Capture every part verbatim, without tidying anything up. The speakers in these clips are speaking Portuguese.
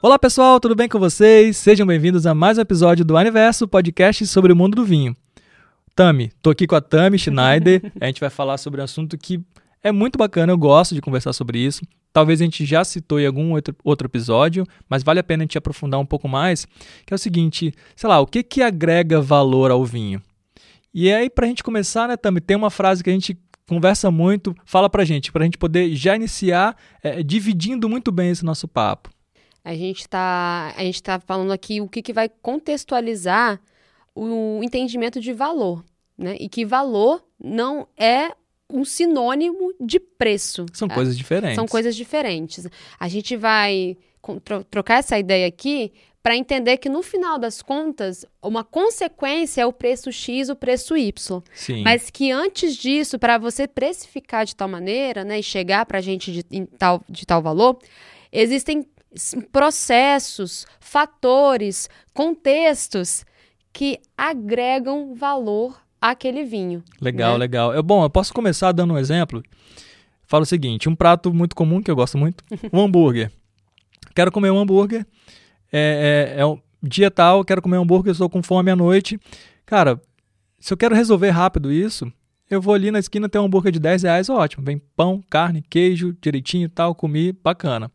Olá pessoal, tudo bem com vocês? Sejam bem-vindos a mais um episódio do Aniverso, podcast sobre o mundo do vinho. Tami, tô aqui com a Tami Schneider, a gente vai falar sobre um assunto que é muito bacana, eu gosto de conversar sobre isso. Talvez a gente já citou em algum outro, outro episódio, mas vale a pena a gente aprofundar um pouco mais, que é o seguinte, sei lá, o que que agrega valor ao vinho? E aí, pra gente começar, né, Tami, tem uma frase que a gente conversa muito, fala pra gente, pra gente poder já iniciar é, dividindo muito bem esse nosso papo. A gente está a gente tá falando aqui o que, que vai contextualizar o entendimento de valor, né? E que valor não é um sinônimo de preço. São tá? coisas diferentes. São coisas diferentes. A gente vai tro- trocar essa ideia aqui para entender que, no final das contas, uma consequência é o preço X, o preço Y. Sim. Mas que antes disso, para você precificar de tal maneira, né, e chegar para a gente de, em tal, de tal valor, existem processos, fatores, contextos que agregam valor àquele vinho. Legal, né? legal. Eu, bom, eu posso começar dando um exemplo. Falo o seguinte, um prato muito comum que eu gosto muito, um hambúrguer. Quero comer um hambúrguer, é, é, é um dia tal, quero comer um hambúrguer, estou com fome à noite. Cara, se eu quero resolver rápido isso, eu vou ali na esquina, tem um hambúrguer de dez reais, ótimo. Vem pão, carne, queijo, direitinho e tal, comi, bacana.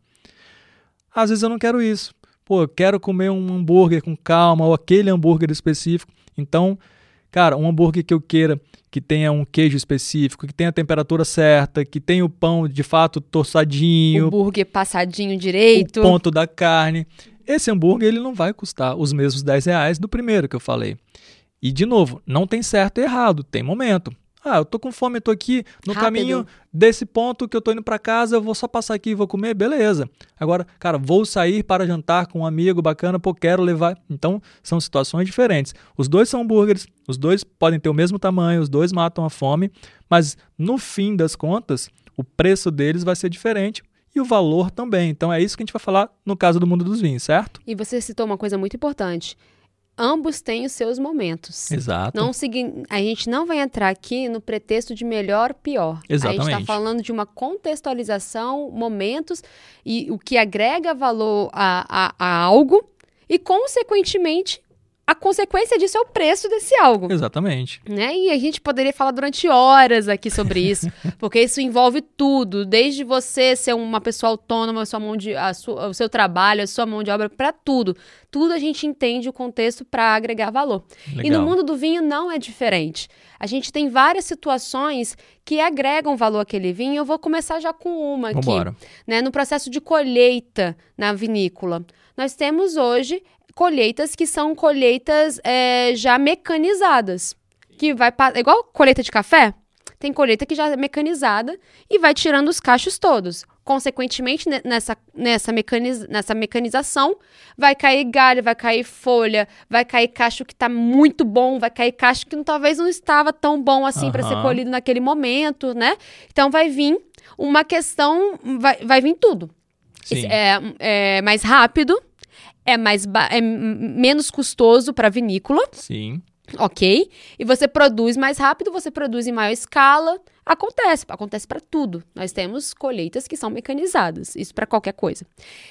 Às vezes eu não quero isso. Pô, eu quero comer um hambúrguer com calma, ou aquele hambúrguer específico. Então, cara, um hambúrguer que eu queira que tenha um queijo específico, que tenha a temperatura certa, que tenha o pão de fato torçadinho. O hambúrguer passadinho direito. O ponto da carne. Esse hambúrguer ele não vai custar os mesmos dez reais do primeiro que eu falei. E, de novo, não tem certo e errado, tem momento. Ah, eu tô com fome, eu tô aqui no Rápido. caminho desse ponto que eu tô indo pra casa, eu vou só passar aqui e vou comer, beleza. Agora, cara, vou sair para jantar com um amigo bacana, pô, quero levar. Então, são situações diferentes. Os dois são hambúrgueres, os dois podem ter o mesmo tamanho, os dois matam a fome, mas no fim das contas, o preço deles vai ser diferente e o valor também. Então, é isso que a gente vai falar no caso do mundo dos vinhos, certo? E você citou uma coisa muito importante. Ambos têm os seus momentos. Exato. Não segui... A gente não vai entrar aqui no pretexto de melhor ou pior. Exatamente. A gente está falando de uma contextualização, momentos, e o que agrega valor a, a, a algo e, consequentemente, a consequência disso é o preço desse algo. Exatamente. Né? E a gente poderia falar durante horas aqui sobre isso, porque isso envolve tudo, desde você ser uma pessoa autônoma, a sua mão de, a sua, o seu trabalho, a sua mão de obra, para tudo. Tudo a gente entende o contexto para agregar valor. Legal. E no mundo do vinho não é diferente. A gente tem várias situações que agregam valor àquele vinho. Eu vou começar já com uma aqui. Vambora. Né? No processo de colheita na vinícola, nós temos hoje colheitas que são colheitas é, já mecanizadas. Que vai pa- igual colheita de café, tem colheita que já é mecanizada e vai tirando os cachos todos. Consequentemente, ne- nessa, nessa, mecaniz- nessa mecanização, vai cair galho, vai cair folha, vai cair cacho que está muito bom, vai cair cacho que não, talvez não estava tão bom assim para ser Aham. colhido naquele momento, né? Então, vai vir uma questão, vai, vai vir tudo. Sim. É, é mais rápido, é, mais ba- é m- menos custoso para a vinícola, Sim. ok? E você produz mais rápido, você produz em maior escala. Acontece, acontece para tudo. Nós temos colheitas que são mecanizadas, isso para qualquer coisa.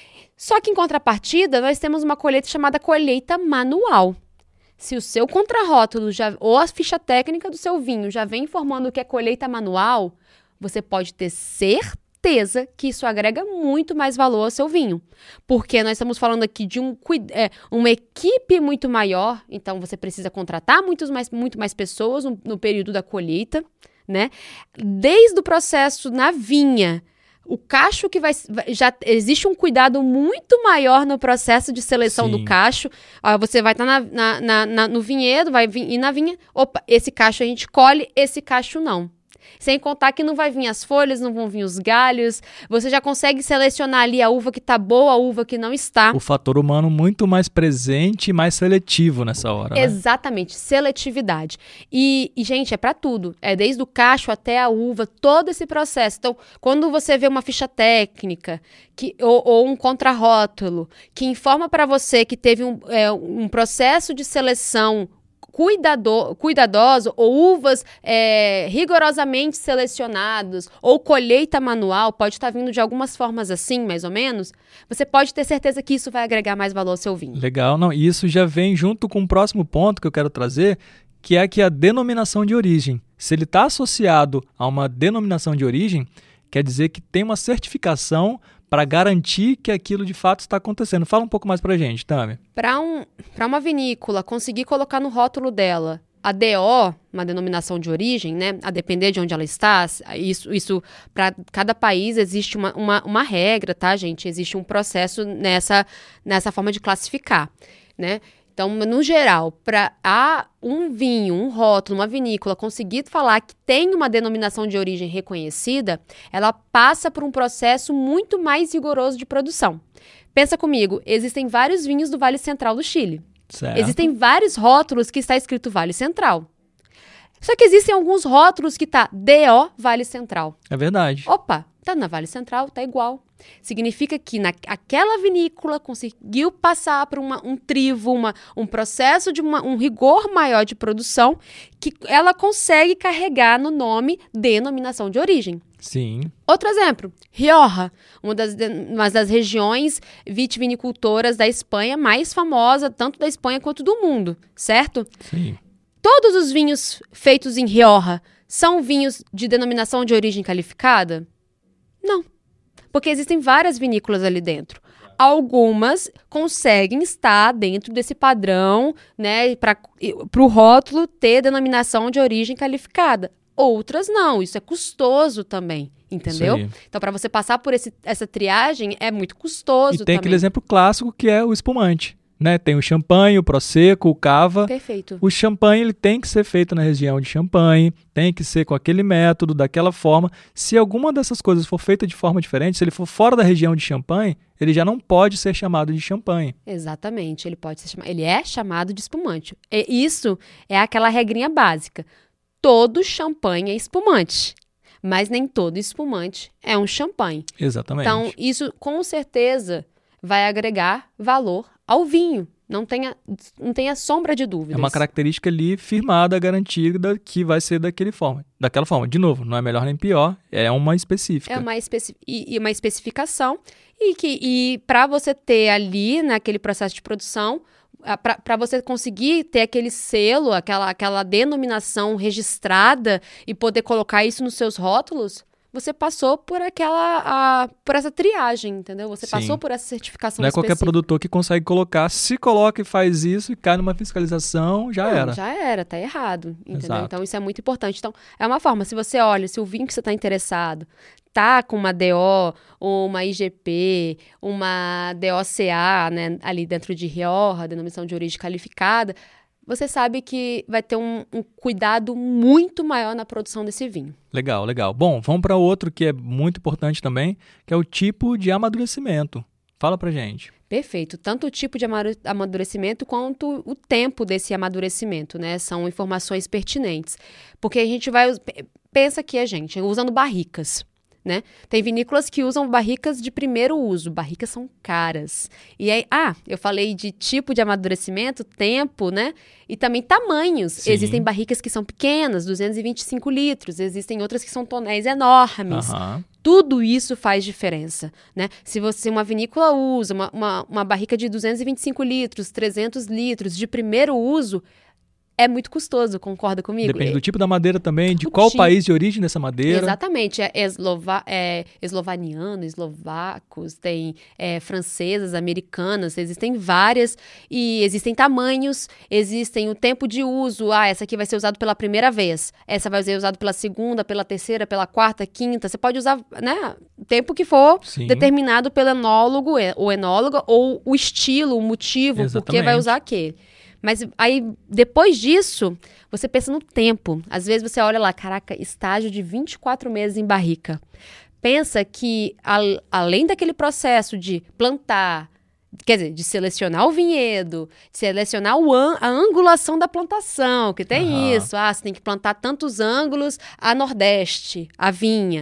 Só que em contrapartida, nós temos uma colheita chamada colheita manual. Se o seu contrarótulo já, ou a ficha técnica do seu vinho já vem informando que é colheita manual, você pode ter certeza que isso agrega muito mais valor ao seu vinho. Porque nós estamos falando aqui de um, é, uma equipe muito maior, então você precisa contratar muitos mais, muito mais pessoas no, no período da colheita, né? Desde o processo na vinha, o cacho que vai... Já existe um cuidado muito maior no processo de seleção Sim. do cacho. Ah, você vai estar na, na, na, na, no vinhedo, vai vir, ir na vinha, opa, esse cacho a gente colhe, esse cacho não. Sem contar que não vai vir as folhas, não vão vir os galhos. Você já consegue selecionar ali a uva que tá boa, a uva que não está. O fator humano muito mais presente e mais seletivo nessa hora, né? Exatamente, seletividade. E, e, gente, é para tudo. É desde o cacho até a uva, todo esse processo. Então, quando você vê uma ficha técnica que, ou, ou um contrarótulo que informa para você que teve um, é, um processo de seleção cuidado, cuidadoso, ou uvas é, rigorosamente selecionadas, ou colheita manual, pode estar vindo de algumas formas assim, mais ou menos, você pode ter certeza que isso vai agregar mais valor ao seu vinho. Legal, não, e isso já vem junto com o próximo ponto que eu quero trazer, que é que a denominação de origem. Se ele está associado a uma denominação de origem, quer dizer que tem uma certificação para garantir que aquilo de fato está acontecendo. Fala um pouco mais para a gente, Tami. Para um, para uma vinícola conseguir colocar no rótulo dela a D O, uma denominação de origem, né? A depender de onde ela está, isso, isso para cada país existe uma, uma, uma regra, tá, gente? Existe um processo nessa, nessa forma de classificar, né? Então, no geral, para um vinho, um rótulo, uma vinícola conseguir falar que tem uma denominação de origem reconhecida, ela passa por um processo muito mais rigoroso de produção. Pensa comigo, existem vários vinhos do Vale Central do Chile. Certo. Existem vários rótulos que está escrito Vale Central. Só que existem alguns rótulos que tá D O Vale Central. É verdade. Opa, tá na Vale Central, tá igual. Significa que na, aquela vinícola conseguiu passar por uma, um trivo, uma, um processo de uma, um rigor maior de produção que ela consegue carregar no nome denominação de origem. Sim. Outro exemplo, Rioja, uma das, uma das regiões vitivinicultoras da Espanha mais famosa, tanto da Espanha quanto do mundo, certo? Sim. Todos os vinhos feitos em Rioja são vinhos de denominação de origem qualificada? Não. Porque existem várias vinícolas ali dentro. Algumas conseguem estar dentro desse padrão, né, para o rótulo ter denominação de origem qualificada. Outras não, isso é custoso também, entendeu? Então, para você passar por esse, essa triagem, é muito custoso também. E tem aquele exemplo clássico que é o espumante. Né? Tem o champanhe, o prosecco, o cava. Perfeito. O champanhe ele tem que ser feito na região de Champagne, tem que ser com aquele método, daquela forma. Se alguma dessas coisas for feita de forma diferente, se ele for fora da região de Champagne, ele já não pode ser chamado de champanhe. Exatamente, ele pode ser chamado, ele é chamado de espumante. E isso é aquela regrinha básica. Todo champanhe é espumante, mas nem todo espumante é um champanhe. Exatamente. Então, isso com certeza vai agregar valor ao vinho. Não tenha, não tenha sombra de dúvidas. É uma característica ali firmada, garantida, que vai ser daquele forma, daquela forma. De novo, não é melhor nem pior, é uma específica. É uma, especi e, e uma especificação. E, que, e para você ter ali, naquele processo de produção, para você conseguir ter aquele selo, aquela, aquela denominação registrada e poder colocar isso nos seus rótulos, você passou por aquela, a, por essa triagem, entendeu? Você Sim. passou por essa certificação Não é específica. qualquer produtor que consegue colocar. Se coloca e faz isso e cai numa fiscalização, já Não, era. Já era, tá errado, entendeu? Exato. Então isso é muito importante. Então, é uma forma, se você olha, se o vinho que você está interessado tá com uma D O, ou uma I G P, uma D O C A, né, ali dentro de Rioja, denominação de origem qualificada, você sabe que vai ter um, um cuidado muito maior na produção desse vinho. Legal, legal. Bom, vamos para outro que é muito importante também, que é o tipo de amadurecimento. Fala pra gente. Perfeito. Tanto o tipo de amadurecimento quanto o tempo desse amadurecimento, né? São informações pertinentes. Porque a gente vai... Pensa aqui a gente, usando barricas. Né? Tem vinícolas que usam barricas de primeiro uso, barricas são caras. E aí, ah, eu falei de tipo de amadurecimento, tempo, né? E também tamanhos. Sim. Existem barricas que são pequenas, duzentos e vinte e cinco litros, existem outras que são tonéis enormes. Uhum. Tudo isso faz diferença, né? Se você, uma vinícola usa uma, uma, uma barrica de duzentos e vinte e cinco litros, trezentos litros de primeiro uso, é muito custoso, concorda comigo? Depende do tipo da madeira também, de O qual tipo. país de origem dessa madeira. Exatamente, é, eslova, é eslovaniano, eslovacos, tem é, francesas, americanas, existem várias, e existem tamanhos, existem o tempo de uso, ah, essa aqui vai ser usada pela primeira vez, essa vai ser usada pela segunda, pela terceira, pela quarta, quinta, você pode usar, né, o tempo que for Sim. determinado pelo enólogo, ou enóloga, ou o estilo, o motivo, Exatamente. porque vai usar aquele. Mas aí, depois disso, você pensa no tempo. Às vezes você olha lá, caraca, estágio de vinte e quatro meses em barrica. Pensa que, a, além daquele processo de plantar, quer dizer, de selecionar o vinhedo, de selecionar o an, a angulação da plantação, que tem Uhum. isso. Ah, você tem que plantar tantos ângulos a nordeste, a vinha.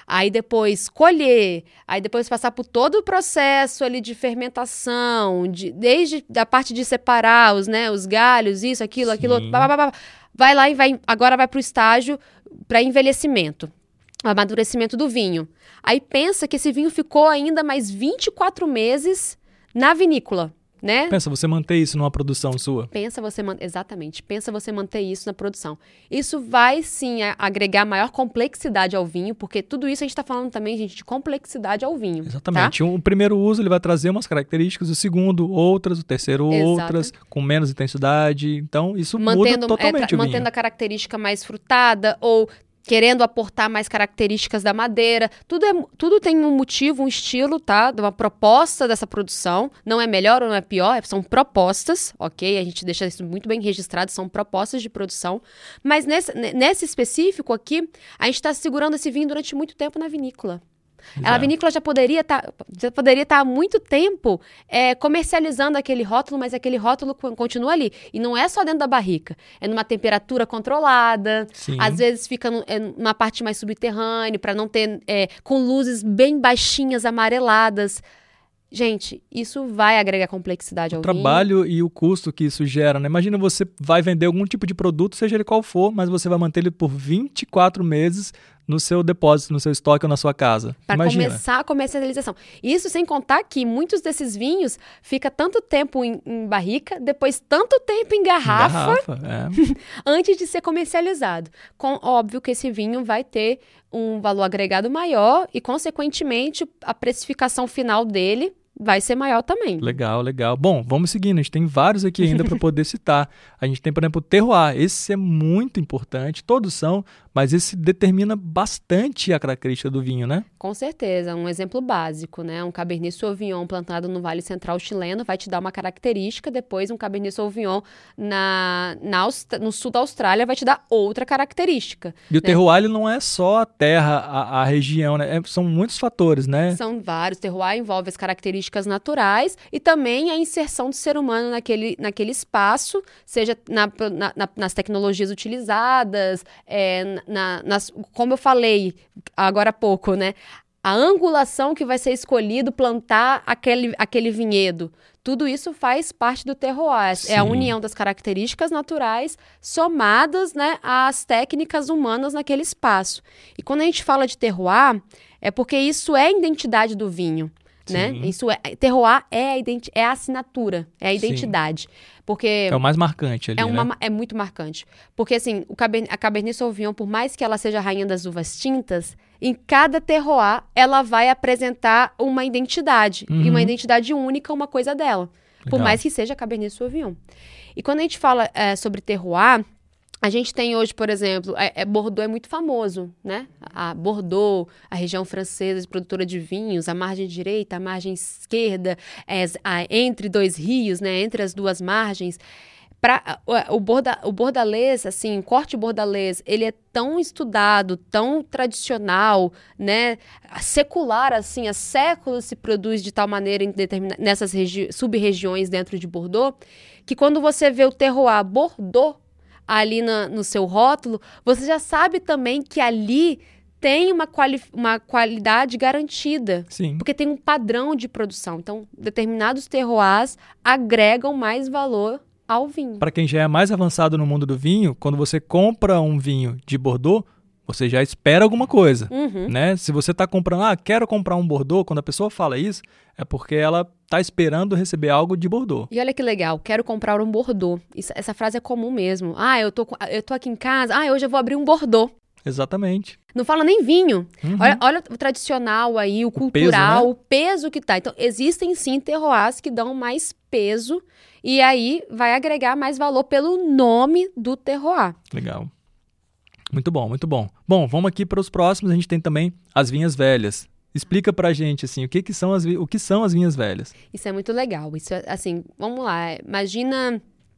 aí depois colher, aí depois passar por todo o processo ali de fermentação, de, desde a parte de separar os, né, os galhos, isso, aquilo, Sim. aquilo, blá, blá, blá, vai lá e vai, agora vai para o estágio para envelhecimento, amadurecimento do vinho. Aí pensa que esse vinho ficou ainda mais vinte e quatro meses na vinícola. Né? Pensa você manter isso numa produção sua. Pensa você man... Exatamente. Pensa você manter isso na produção. Isso vai, sim, a- agregar maior complexidade ao vinho, porque tudo isso a gente está falando também, gente, de complexidade ao vinho. Exatamente. Tá? O primeiro uso ele vai trazer umas características, o segundo outras, o terceiro Exato. outras, com menos intensidade. Então, isso Mantendo, muda totalmente é, tra- o vinho. mantendo a característica mais frutada ou querendo aportar mais características da madeira. Tudo, é, tudo tem um motivo, um estilo, tá? Uma proposta dessa produção. Não é melhor ou não é pior, são propostas, ok? A gente deixa isso muito bem registrado, são propostas de produção. Mas nesse, nesse específico aqui, a gente está segurando esse vinho durante muito tempo na vinícola. Exato. A vinícola já poderia tá, já poderia estar há muito tempo é, comercializando aquele rótulo, mas aquele rótulo co- continua ali. E não é só dentro da barrica. É numa temperatura controlada. Sim. Às vezes fica no, é, numa parte mais subterrânea, para não ter... É, com luzes bem baixinhas, amareladas. Gente, isso vai agregar complexidade ao O trabalho e o custo que isso gera, né? Imagina você vai vender algum tipo de produto, seja ele qual for, mas você vai manter ele por vinte e quatro meses no seu depósito, no seu estoque ou na sua casa. para Imagina. começar a comercialização. Isso sem contar que muitos desses vinhos fica tanto tempo em, em barrica, depois tanto tempo em garrafa, Garrafa, é. antes de ser comercializado. Com, óbvio que esse vinho vai ter um valor agregado maior e, consequentemente, a precificação final dele vai ser maior também. Legal, legal. Bom, vamos seguindo. A gente tem vários aqui ainda para poder citar. A gente tem, por exemplo, o terroir. Esse é muito importante. Todos são, mas esse determina bastante a característica do vinho, né? Com certeza, um exemplo básico, né? Um Cabernet Sauvignon plantado no Vale Central chileno vai te dar uma característica, depois um Cabernet Sauvignon na, na Aust- no sul da Austrália vai te dar outra característica. E o né? terroir ele não é só a terra, a, a região, né? É- são muitos fatores, né? São vários. Terroir envolve as características naturais e também a inserção do ser humano naquele, naquele espaço, seja na, na- na- nas tecnologias utilizadas, é, na- nas, como eu falei agora há pouco, né? A angulação que vai ser escolhido plantar aquele, aquele vinhedo. Tudo isso faz parte do terroir. É a Sim. união das características naturais somadas, né, às técnicas humanas naquele espaço. E quando a gente fala de terroir, é porque isso é a identidade do vinho. Né? Sim. Isso é, terroir é a, identi- é a assinatura, é a Sim. identidade. Porque É o mais marcante ali, é, uma, né? ma- é muito marcante. Porque, assim, o Cabernet, a Cabernet Sauvignon, por mais que ela seja a rainha das uvas tintas, em cada terroir, ela vai apresentar uma identidade. E uma Uhum. identidade única, uma coisa dela. Por Legal. mais que seja Cabernet Sauvignon. E quando a gente fala é, sobre terroir, a gente tem hoje, por exemplo, é, é- Bordeaux é muito famoso, né? A Bordeaux, a região francesa produtora de vinhos, a margem direita, a margem esquerda, é, as- a- entre dois rios, né? Entre as duas margens. Pra, o, o, borda, o bordalês, assim, o corte bordalês, ele é tão estudado, tão tradicional, né? Secular, assim, há séculos se produz de tal maneira em determina, nessas regi- sub-regiões dentro de Bordeaux, que quando você vê o terroir Bordeaux ali na- no seu rótulo, você já sabe também que ali tem uma, quali uma qualidade garantida. Sim. Porque tem um padrão de produção. Então, determinados terroirs agregam mais valor ao vinho. Para quem já é mais avançado no mundo do vinho, quando você compra um vinho de Bordeaux, você já espera alguma coisa, Uhum. né? Se você está comprando, ah, quero comprar um Bordeaux, quando a pessoa fala isso, é porque ela está esperando receber algo de Bordeaux. E olha que legal, quero comprar um Bordeaux. Isso- essa frase é comum mesmo. Ah, eu tô, com- eu tô aqui em casa, ah, hoje eu vou abrir um Bordeaux. Exatamente. Não fala nem vinho. Uhum. Olha, olha o tradicional aí, o cultural, o peso, que tá. Então, existem sim terroirs que dão mais peso e aí vai agregar mais valor pelo nome do terroir. Legal. Muito bom, muito bom. Bom, vamos aqui para os próximos. A gente tem também as vinhas velhas. Explica pra gente, assim, o que, que, são, as, vi- o que são as vinhas velhas. Isso é muito legal. Isso é, assim, vamos lá. Imagina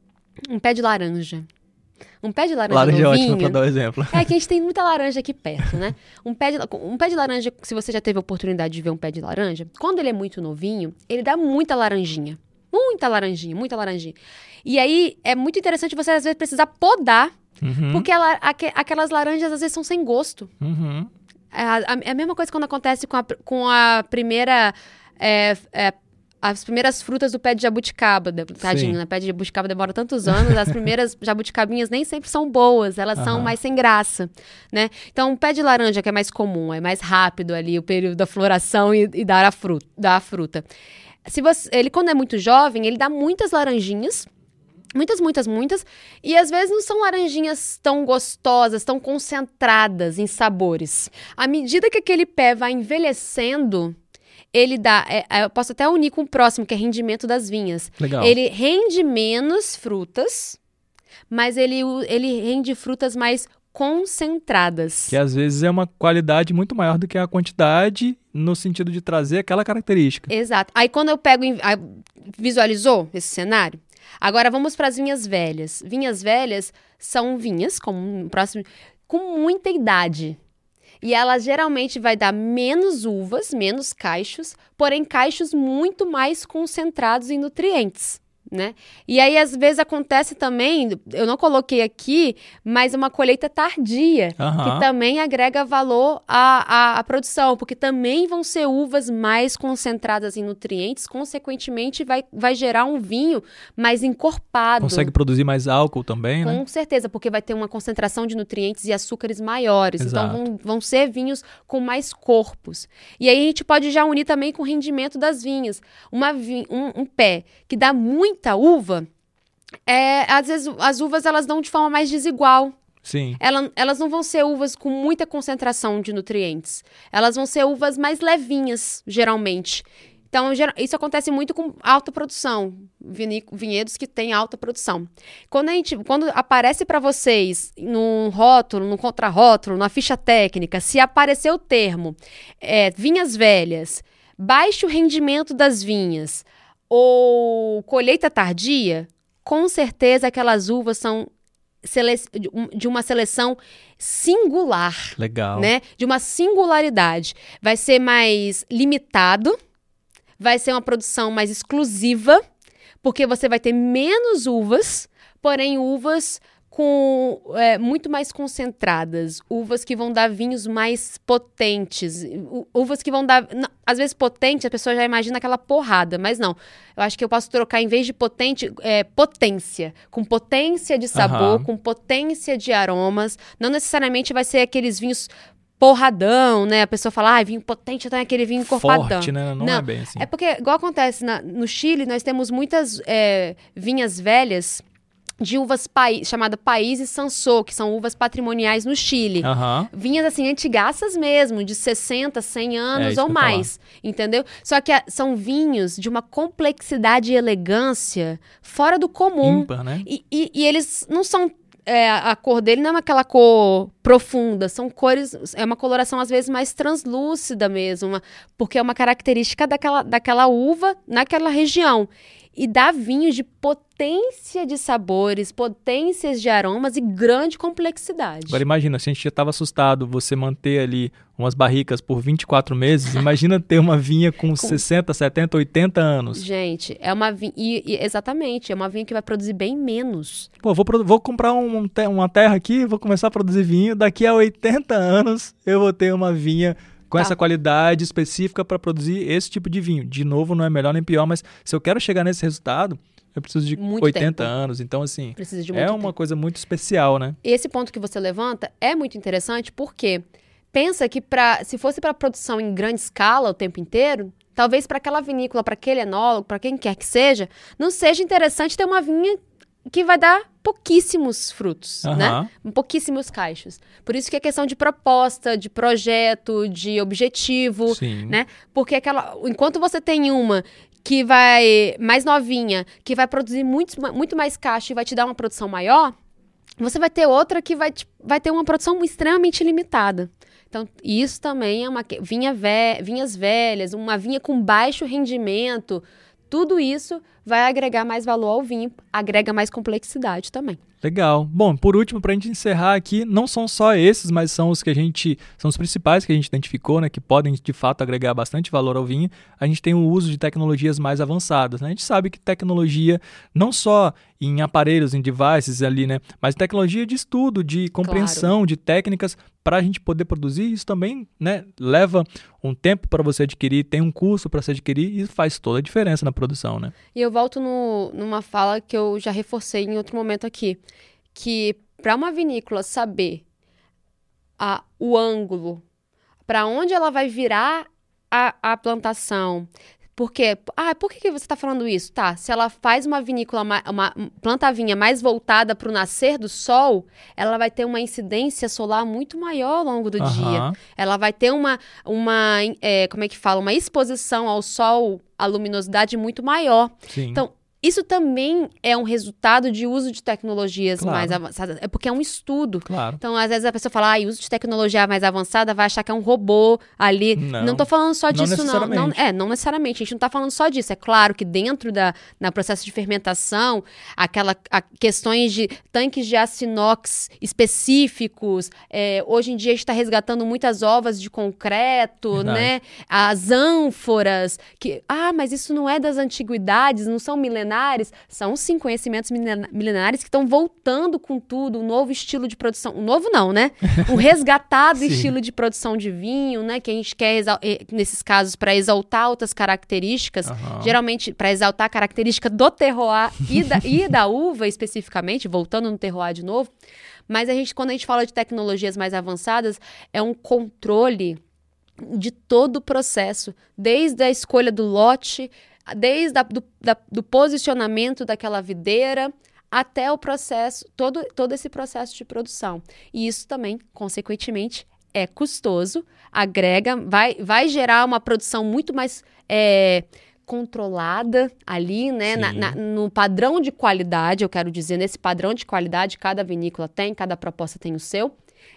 um pé de laranja. Um pé de laranja, Laranja é ótima novinho. para dar o exemplo. É que a gente tem muita laranja aqui perto, né? Um pé, de, um pé de laranja, se você já teve a oportunidade de ver um pé de laranja, quando ele é muito novinho, ele dá muita laranjinha. Muita laranjinha, muita laranjinha. E aí, é muito interessante você, às vezes, precisar podar, Uhum, porque a la- aque- aquelas laranjas, às vezes, são sem gosto. uhum. É a, a, a mesma coisa quando acontece com a, com a primeira... É, é, as primeiras frutas do pé de jabuticaba, tadinho, né? O pé de jabuticaba demora tantos anos, as primeiras jabuticabinhas nem sempre são boas, elas uhum. são mais sem graça, né? Então, o pé de laranja, que é mais comum, é mais rápido ali o período da floração e, e dar a fruta. Dar a fruta. Se você, ele, quando é muito jovem, ele dá muitas laranjinhas, muitas, muitas, muitas, e às vezes não são laranjinhas tão gostosas, tão concentradas em sabores. À medida que aquele pé vai envelhecendo... Ele dá, é, eu posso até unir com o próximo, que é rendimento das vinhas. Legal. Ele rende menos frutas, mas ele, ele rende frutas mais concentradas. Que às vezes é uma qualidade muito maior do que a quantidade, no sentido de trazer aquela característica. Exato. Aí quando eu pego, visualizou esse cenário? Agora vamos para as vinhas velhas. Vinhas velhas são vinhas, como o próximo, com muita idade. E ela geralmente vai dar menos uvas, menos cachos, porém cachos muito mais concentrados em nutrientes, né? E aí, às vezes, acontece também, eu não coloquei aqui, mas uma colheita tardia, uhum. que também agrega valor à, à, à produção, porque também vão ser uvas mais concentradas em nutrientes, consequentemente vai, vai gerar um vinho mais encorpado. Consegue produzir mais álcool também, Com né? Com certeza, porque vai ter uma concentração de nutrientes e açúcares maiores. Exato. Então, vão, vão ser vinhos com mais corpos. E aí, a gente pode já unir também com o rendimento das vinhas. Uma vi- um, um pé que dá muito muita uva, é, às vezes as uvas elas dão de forma mais desigual. Sim. Ela, elas não vão ser uvas com muita concentração de nutrientes. Elas vão ser uvas mais levinhas, geralmente. Então, isso acontece muito com alta produção, vinhedos que têm alta produção. Quando, a gente, quando aparece para vocês num rótulo, num contrarótulo, na ficha técnica, se aparecer o termo é, vinhas velhas, baixo rendimento das vinhas, ou colheita tardia, com certeza aquelas uvas são sele... de uma seleção singular. Legal. Né? De uma singularidade. Vai ser mais limitado, vai ser uma produção mais exclusiva, porque você vai ter menos uvas, porém uvas com é, muito mais concentradas, uvas que vão dar vinhos mais potentes, uvas que vão dar... Não, às vezes potente, a pessoa já imagina aquela porrada, mas não. Eu acho que eu posso trocar, em vez de potente, é, potência. Com potência de sabor, uhum. com potência de aromas. Não necessariamente vai ser aqueles vinhos porradão, né? A pessoa fala, ah, vinho potente, então é aquele vinho encorpadão. Forte, né? Não, não é bem assim. É porque, igual acontece na, no Chile, nós temos muitas é, vinhas velhas de uvas país, chamada País e Sansô, que são uvas patrimoniais no Chile. Uhum. Vinhas, assim, antigaças mesmo, de sessenta, cem anos é ou mais, entendeu? Só que a, são vinhos de uma complexidade e elegância fora do comum. Ímpar, né? E, e, e eles não são... É, a cor dele não é aquela cor profunda, são cores, é uma coloração às vezes mais translúcida mesmo, uma, porque é uma característica daquela, daquela uva naquela região. E dá vinhos de potência de sabores, potências de aromas e grande complexidade. Agora imagina, se a gente já estava assustado você manter ali umas barricas por vinte e quatro meses, imagina ter uma vinha com, com sessenta, setenta, oitenta anos. Gente, é uma vinha, e, e, exatamente, é uma vinha que vai produzir bem menos. Pô, vou, vou comprar um, uma terra aqui, vou começar a produzir vinho, daqui a oitenta anos eu vou ter uma vinha com tá. essa qualidade específica para produzir esse tipo de vinho. De novo, não é melhor nem pior, mas se eu quero chegar nesse resultado, eu preciso de muito oitenta tempo. Anos. Então, assim, é uma tempo. coisa muito especial, né? Esse ponto que você levanta é muito interessante porque pensa que pra, se fosse para produção em grande escala o tempo inteiro, talvez para aquela vinícola, para aquele enólogo, para quem quer que seja, não seja interessante ter uma vinha que vai dar pouquíssimos frutos, uhum. né? Pouquíssimos cachos. Por isso que é questão de proposta, de projeto, de objetivo, Sim. né? Porque aquela, enquanto você tem uma que vai, mais novinha, que vai produzir muito, muito mais cacho e vai te dar uma produção maior, você vai ter outra que vai, vai ter uma produção extremamente limitada. Então, isso também é uma vinha ve, vinhas velhas, uma vinha com baixo rendimento, tudo isso vai agregar mais valor ao vinho, agrega mais complexidade também. Legal. Bom, por último, para a gente encerrar aqui, não são só esses, mas são os que a gente, são os principais que a gente identificou, né, que podem de fato agregar bastante valor ao vinho. A gente tem o uso de tecnologias mais avançadas, né? A gente sabe que tecnologia, não só em aparelhos, em devices ali, né, mas tecnologia de estudo, de compreensão, claro, de técnicas para a gente poder produzir, isso também, né, leva um tempo para você adquirir, tem um custo para se adquirir e faz toda a diferença na produção, né? E eu volto no, numa fala que eu já reforcei em outro momento aqui, que para uma vinícola saber a, o ângulo, para onde ela vai virar a, a plantação. Porque, ah, por que, que você está falando isso? Tá, se ela faz uma vinícola, uma, uma planta vinha mais voltada para o nascer do sol, ela vai ter uma incidência solar muito maior ao longo do Aham. dia. Ela vai ter uma, uma é, como é que fala? Uma exposição ao sol, a luminosidade muito maior. Sim. Então, isso também é um resultado de uso de tecnologias Claro. mais avançadas. É porque é um estudo. Claro. Então, às vezes a pessoa fala, ah, uso de tecnologia mais avançada, vai achar que é um robô ali. Não. Não tô falando só Não disso, não. não. necessariamente. É, não necessariamente. A gente não tá falando só disso. É claro que dentro da na processo de fermentação, aquela a, questões de tanques de aço inox específicos. É, hoje em dia a gente está resgatando muitas ovas de concreto, Verdade. né? As ânforas. Que, ah, mas isso não é das antiguidades, não são milenares. São, sim, conhecimentos milenares que estão voltando com tudo, um novo estilo de produção. Um novo não, né? Um resgatado estilo de produção de vinho, né? Que a gente quer, nesses casos, para exaltar altas características. Uhum. Geralmente, para exaltar a característica do terroir e da, e da uva, especificamente, voltando no terroir de novo. Mas a gente, quando a gente fala de tecnologias mais avançadas, é um controle de todo o processo, desde a escolha do lote, desde a, do, da, do posicionamento daquela videira até o processo, todo, todo esse processo de produção. E isso também, consequentemente, é custoso, agrega, vai, vai gerar uma produção muito mais é, controlada ali, né? Na, na, no padrão de qualidade, eu quero dizer, nesse padrão de qualidade, cada vinícola tem, cada proposta tem o seu.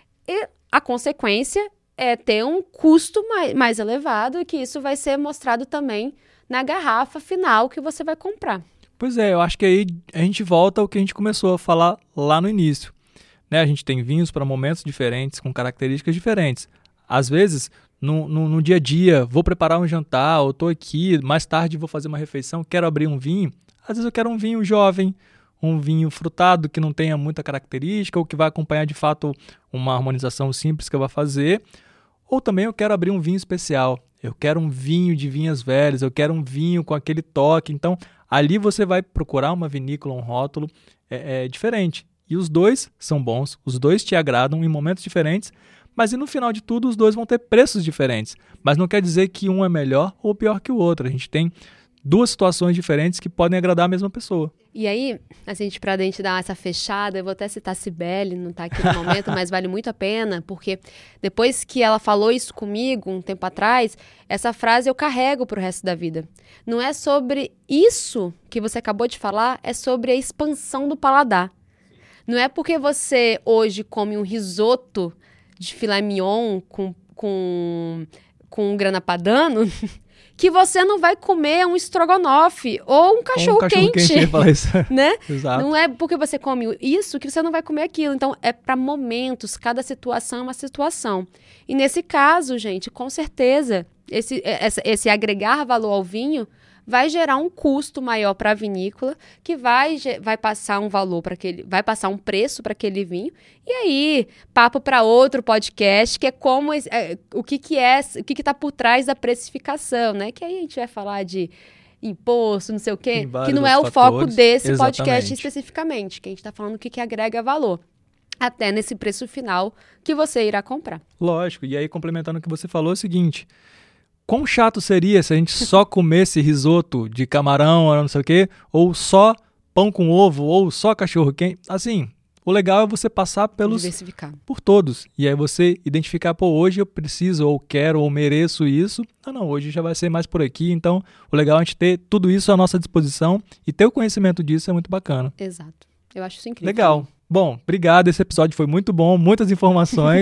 E a consequência é ter um custo mais, mais elevado e que isso vai ser mostrado também na garrafa final que você vai comprar. Pois é, eu acho que aí a gente volta ao que a gente começou a falar lá no início. Né? A gente tem vinhos para momentos diferentes, com características diferentes. Às vezes, no, no, no dia a dia, vou preparar um jantar, ou estou aqui, mais tarde vou fazer uma refeição, quero abrir um vinho. Às vezes eu quero um vinho jovem, um vinho frutado que não tenha muita característica, ou que vai acompanhar de fato uma harmonização simples que eu vou fazer. Ou também eu quero abrir um vinho especial. Eu quero um vinho de vinhas velhas, eu quero um vinho com aquele toque. Então, ali você vai procurar uma vinícola, um rótulo é, é, diferente. E os dois são bons, os dois te agradam em momentos diferentes, mas e no final de tudo, os dois vão ter preços diferentes. Mas não quer dizer que um é melhor ou pior que o outro. A gente tem duas situações diferentes que podem agradar a mesma pessoa. E aí, assim, pra gente dar essa fechada, eu vou até citar a Cibele, não tá aqui no momento, mas vale muito a pena, porque depois que ela falou isso comigo, um tempo atrás, essa frase eu carrego pro resto da vida. Não é sobre isso que você acabou de falar, é sobre a expansão do paladar. Não é porque você hoje come um risoto de filé mignon com, com, com grana padano que você não vai comer um estrogonofe ou um cachorro, um cachorro quente, quente falar isso. Né? Exato. Não é porque você come isso que você não vai comer aquilo. Então, é para momentos, cada situação é uma situação. E nesse caso, gente, com certeza, esse, esse, esse agregar valor ao vinho vai gerar um custo maior para a vinícola, que vai, vai passar um valor para aquele, vai passar um preço para aquele vinho. E aí, papo para outro podcast, que é como é, o que que é, o que que tá por trás da precificação, né? Que aí a gente vai falar de imposto, não sei o quê, que não é o foco desse Exatamente. podcast especificamente, que a gente está falando o que que agrega valor. Até nesse preço final que você irá comprar. Lógico. E aí, complementando o que você falou, é o seguinte: quão chato seria se a gente só comesse risoto de camarão, ou não sei o quê, ou só pão com ovo, ou só cachorro quente? Assim, o legal é você passar pelos, diversificar. por todos. E aí você identificar, pô, hoje eu preciso, ou quero, ou mereço isso. Ah, não, hoje já vai ser mais por aqui. Então, o legal é a gente ter tudo isso à nossa disposição e ter o conhecimento disso é muito bacana. Exato. Eu acho isso incrível. Legal. Também. Bom, obrigado. Esse episódio foi muito bom, muitas informações.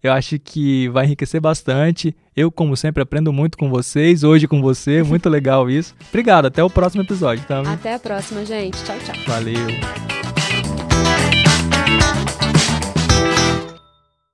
Eu acho que vai enriquecer bastante. Eu, como sempre, aprendo muito com vocês, hoje com você, muito legal isso. Obrigado, até o próximo episódio. Tá? Até a próxima, gente. Tchau, tchau. Valeu.